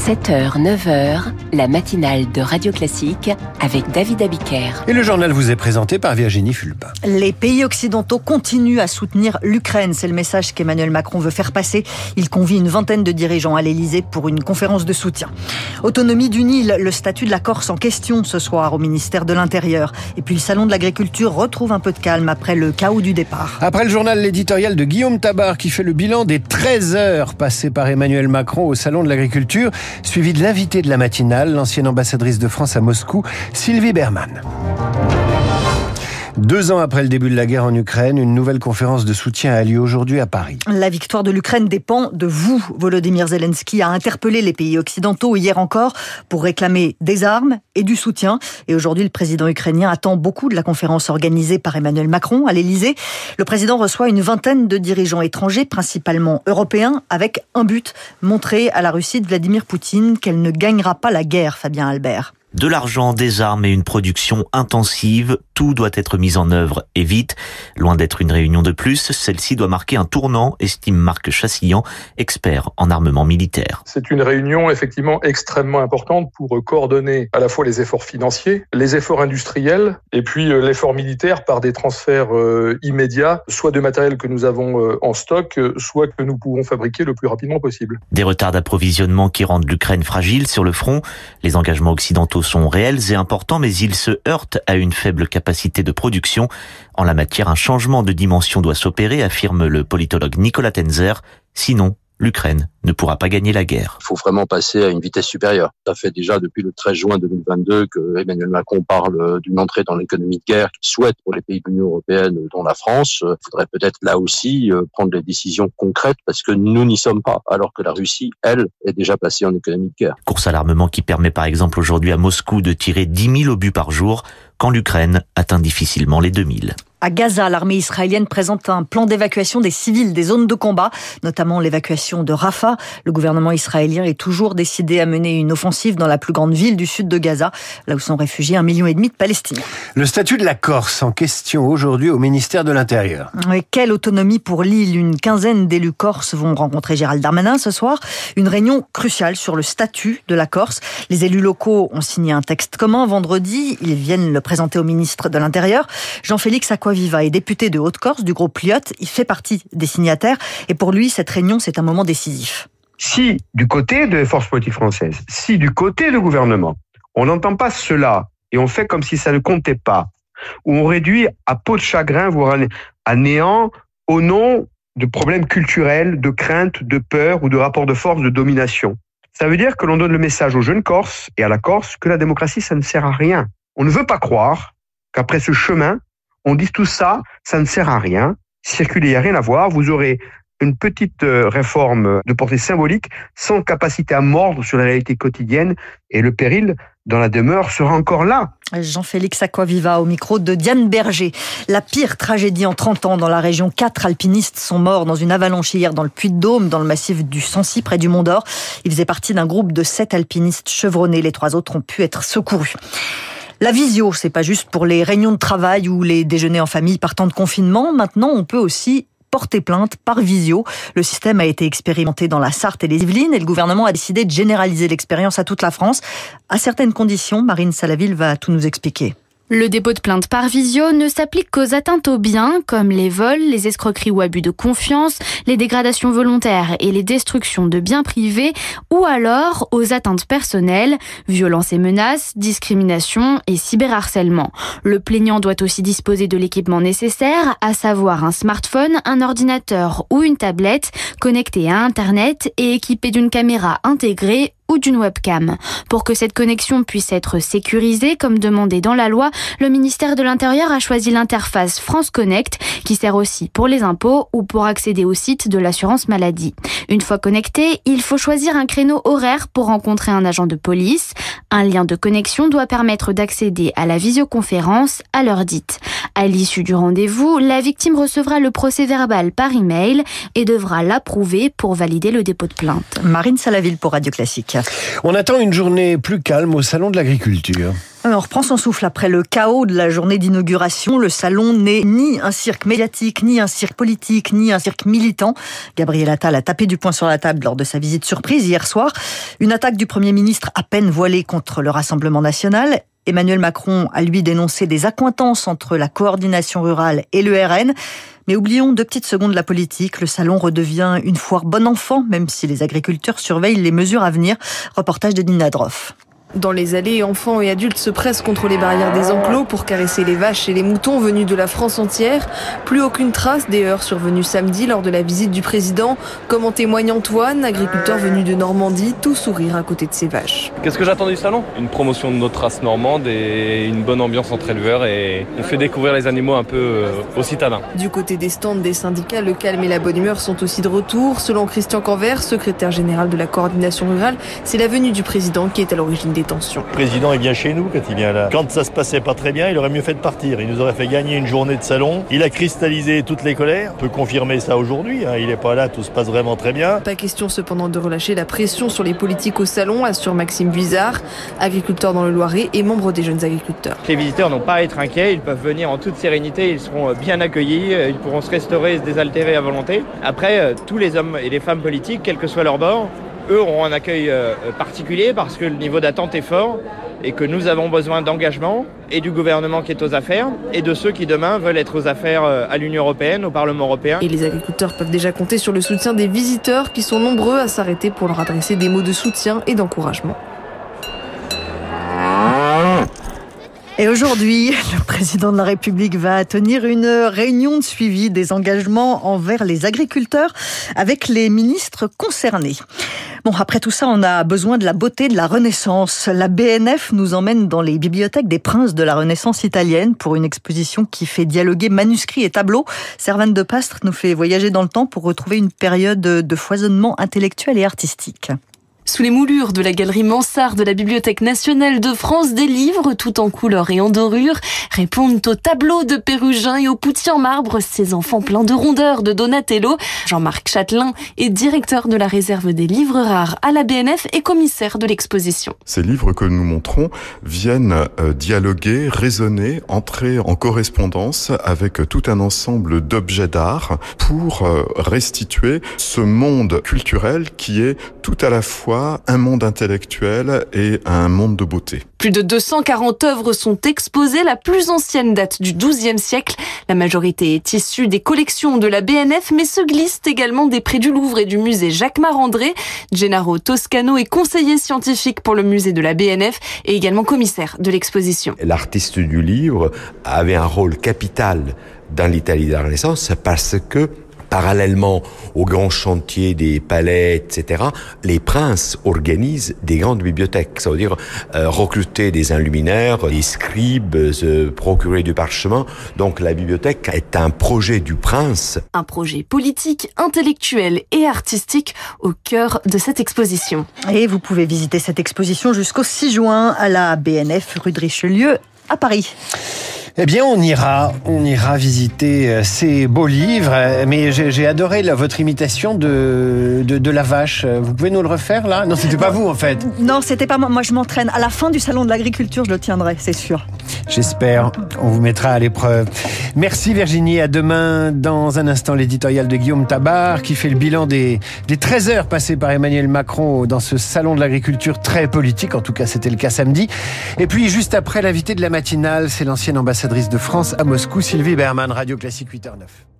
7h, 9h, la matinale de Radio Classique avec David Abiker. Et le journal vous est présenté par Virginie Fulpin. Les pays occidentaux continuent à soutenir l'Ukraine. C'est le message qu'Emmanuel Macron veut faire passer. Il convie une vingtaine de dirigeants à l'Elysée pour une conférence de soutien. Autonomie du Nil, le statut de la Corse en question ce soir au ministère de l'Intérieur. Et puis le salon de l'agriculture retrouve un peu de calme après le chaos du départ. Après le journal, l'éditorial de Guillaume Tabar qui fait le bilan des 13 heures passées par Emmanuel Macron au salon de l'agriculture, suivi de l'invité de la matinale, l'ancienne ambassadrice de France à Moscou, Sylvie Berman. 2 ans après le début de la guerre en Ukraine, une nouvelle conférence de soutien a lieu aujourd'hui à Paris. La victoire de l'Ukraine dépend de vous. Volodymyr Zelensky a interpellé les pays occidentaux hier encore pour réclamer des armes et du soutien. Et aujourd'hui, le président ukrainien attend beaucoup de la conférence organisée par Emmanuel Macron à l'Elysée. Le président reçoit une vingtaine de dirigeants étrangers, principalement européens, avec un but, montrer à la Russie de Vladimir Poutine qu'elle ne gagnera pas la guerre, Fabien Albert. De l'argent, des armes et une production intensive, tout doit être mis en œuvre et vite. Loin d'être une réunion de plus, celle-ci doit marquer un tournant, estime Marc Chassillan, expert en armement militaire. C'est une réunion effectivement extrêmement importante pour coordonner à la fois les efforts financiers, les efforts industriels et puis l'effort militaire par des transferts immédiats, soit de matériel que nous avons en stock, soit que nous pouvons fabriquer le plus rapidement possible. Des retards d'approvisionnement qui rendent l'Ukraine fragile sur le front. Les engagements occidentaux sont réels et importants, mais ils se heurtent à une faible capacité de production. En la matière, un changement de dimension doit s'opérer, affirme le politologue Nicolas Tenzer. Sinon, l'Ukraine ne pourra pas gagner la guerre. Il faut vraiment passer à une vitesse supérieure. Ça fait déjà depuis le 13 juin 2022 que Emmanuel Macron parle d'une entrée dans l'économie de guerre qu'il souhaite pour les pays de l'Union européenne, dont la France. Il faudrait peut-être là aussi prendre des décisions concrètes parce que nous n'y sommes pas, alors que la Russie, elle, est déjà passée en économie de guerre. Course à l'armement qui permet par exemple aujourd'hui à Moscou de tirer 10 000 obus par jour, quand l'Ukraine atteint difficilement les 2 000. À Gaza, l'armée israélienne présente un plan d'évacuation des civils des zones de combat, notamment l'évacuation de Rafah. Le gouvernement israélien est toujours décidé à mener une offensive dans la plus grande ville du sud de Gaza, là où sont réfugiés 1,5 million de Palestiniens. Le statut de la Corse en question aujourd'hui au ministère de l'Intérieur. Et quelle autonomie pour l'île? Une quinzaine d'élus corses vont rencontrer Gérald Darmanin ce soir. Une réunion cruciale sur le statut de la Corse. Les élus locaux ont signé un texte commun vendredi. Ils viennent le présenter au ministre de l'Intérieur. Jean-Félix Acquaviva est député de Haute-Corse du groupe Lyot. Il fait partie des signataires. Et pour lui, cette réunion, c'est un moment décisif. Si du côté des forces politiques françaises, si du côté du gouvernement, on n'entend pas cela et on fait comme si ça ne comptait pas, ou on réduit à peau de chagrin, voire à néant, au nom de problèmes culturels, de craintes, de peur ou de rapports de force, de domination, ça veut dire que l'on donne le message aux jeunes Corses et à la Corse que la démocratie, ça ne sert à rien. On ne veut pas croire qu'après ce chemin, on dise tout ça, ça ne sert à rien. Circuler, il n'y a rien à voir. Vous aurez une petite réforme de portée symbolique sans capacité à mordre sur la réalité quotidienne et le péril dans la demeure sera encore là. Jean-Félix Acquaviva au micro de Diane Berger. La pire tragédie en 30 ans dans la région. 4 alpinistes sont morts dans une avalanche hier dans le Puy-de-Dôme, dans le massif du Sancy, près du Mont d'Or. Ils faisaient partie d'un groupe de 7 alpinistes chevronnés. Les 3 autres ont pu être secourus. La visio, c'est pas juste pour les réunions de travail ou les déjeuners en famille par temps de confinement. Maintenant, on peut aussi porter plainte par visio. Le système a été expérimenté dans la Sarthe et les Yvelines et le gouvernement a décidé de généraliser l'expérience à toute la France. À certaines conditions, Marine Salaville va tout nous expliquer. Le dépôt de plainte par visio ne s'applique qu'aux atteintes aux biens, comme les vols, les escroqueries ou abus de confiance, les dégradations volontaires et les destructions de biens privés, ou alors aux atteintes personnelles, violences et menaces, discrimination et cyberharcèlement. Le plaignant doit aussi disposer de l'équipement nécessaire, à savoir un smartphone, un ordinateur ou une tablette connecté à Internet et équipé d'une caméra intégrée ou d'une webcam. Pour que cette connexion puisse être sécurisée, comme demandé dans la loi, le ministère de l'Intérieur a choisi l'interface France Connect, qui sert aussi pour les impôts ou pour accéder au site de l'assurance maladie. Une fois connecté, il faut choisir un créneau horaire pour rencontrer un agent de police. Un lien de connexion doit permettre d'accéder à la visioconférence à l'heure dite. À l'issue du rendez-vous, la victime recevra le procès-verbal par email et devra l'approuver pour valider le dépôt de plainte. Marine Salaville pour Radio Classique. Classique. On attend une journée plus calme au Salon de l'Agriculture. On reprend son souffle après le chaos de la journée d'inauguration. Le salon n'est ni un cirque médiatique, ni un cirque politique, ni un cirque militant. Gabriel Attal a tapé du poing sur la table lors de sa visite surprise hier soir. Une attaque du Premier ministre à peine voilée contre le Rassemblement national. Emmanuel Macron a lui dénoncé des accointances entre la coordination rurale et le RN. Mais oublions 2 petites secondes la politique. Le salon redevient une foire bon enfant, même si les agriculteurs surveillent les mesures à venir. Reportage de Nina Droff. Dans les allées, enfants et adultes se pressent contre les barrières des enclos pour caresser les vaches et les moutons venus de la France entière. Plus aucune trace des heurts survenus samedi lors de la visite du président, comme en témoigne Antoine, agriculteur venu de Normandie, tout sourire à côté de ses vaches. Qu'est-ce que j'attends du salon ? Une promotion de notre race normande et une bonne ambiance entre éleveurs, et on fait découvrir les animaux un peu aux citadins. Du côté des stands des syndicats, le calme et la bonne humeur sont aussi de retour. Selon Christian Canver, secrétaire général de la coordination rurale, c'est la venue du président qui est à l'origine des tensions. Le président est bien chez nous quand il vient là. Quand ça se passait pas très bien, il aurait mieux fait de partir. Il nous aurait fait gagner une journée de salon. Il a cristallisé toutes les colères. On peut confirmer ça aujourd'hui. Il n'est pas là, tout se passe vraiment très bien. Pas question cependant de relâcher la pression sur les politiques au salon, assure Maxime Buizard, agriculteur dans le Loiret et membre des jeunes agriculteurs. Les visiteurs n'ont pas à être inquiets, ils peuvent venir en toute sérénité, ils seront bien accueillis, ils pourront se restaurer et se désaltérer à volonté. Après, tous les hommes et les femmes politiques, quel que soit leur bord, eux auront un accueil particulier parce que le niveau d'attente est fort et que nous avons besoin d'engagement et du gouvernement qui est aux affaires et de ceux qui demain veulent être aux affaires à l'Union européenne, au Parlement européen. Et les agriculteurs peuvent déjà compter sur le soutien des visiteurs qui sont nombreux à s'arrêter pour leur adresser des mots de soutien et d'encouragement. Et aujourd'hui, le président de la République va tenir une réunion de suivi des engagements envers les agriculteurs avec les ministres concernés. Bon, après tout ça, on a besoin de la beauté de la Renaissance. La BNF nous emmène dans les bibliothèques des princes de la Renaissance italienne pour une exposition qui fait dialoguer manuscrits et tableaux. Servane de Pastre nous fait voyager dans le temps pour retrouver une période de foisonnement intellectuel et artistique. Sous les moulures de la galerie Mansart de la Bibliothèque nationale de France, des livres tout en couleur et en dorure répondent aux tableaux de Pérugin et aux Poutiers en marbre, ces enfants pleins de rondeur de Donatello. Jean-Marc Châtelain est directeur de la réserve des livres rares à la BNF et commissaire de l'exposition. Ces livres que nous montrons viennent dialoguer, raisonner, entrer en correspondance avec tout un ensemble d'objets d'art pour restituer ce monde culturel qui est tout à la fois un monde intellectuel et un monde de beauté. Plus de 240 œuvres sont exposées. La plus ancienne date du XIIe siècle. La majorité est issue des collections de la BNF, mais se glissent également des prés du Louvre et du musée Jacques-Marandré. Gennaro Toscano est conseiller scientifique pour le musée de la BNF et également commissaire de l'exposition. L'artiste du livre avait un rôle capital dans l'Italie de la Renaissance parce que parallèlement aux grands chantiers des palais, etc., les princes organisent des grandes bibliothèques. Ça veut dire recruter des enluminaires, des scribes, se procurer du parchemin. Donc la bibliothèque est un projet du prince. Un projet politique, intellectuel et artistique au cœur de cette exposition. Et vous pouvez visiter cette exposition jusqu'au 6 juin à la BNF, rue de Richelieu, à Paris. Eh bien, on ira visiter ces beaux livres. Mais j'ai adoré votre imitation de la vache. Vous pouvez nous le refaire, là ? Non, c'était pas vous, en fait. Non, c'était pas moi. Moi, je m'entraîne. À la fin du salon de l'agriculture, je le tiendrai, c'est sûr. J'espère. On vous mettra à l'épreuve. Merci, Virginie. À demain. Dans un instant, l'éditorial de Guillaume Tabar, qui fait le bilan des 13 heures passées par Emmanuel Macron dans ce salon de l'agriculture très politique. En tout cas, c'était le cas samedi. Et puis, juste après, l'invité de la matinale, c'est l'ancienne ambassadrice de France à Moscou, Sylvie Berman, Radio Classique 8h09.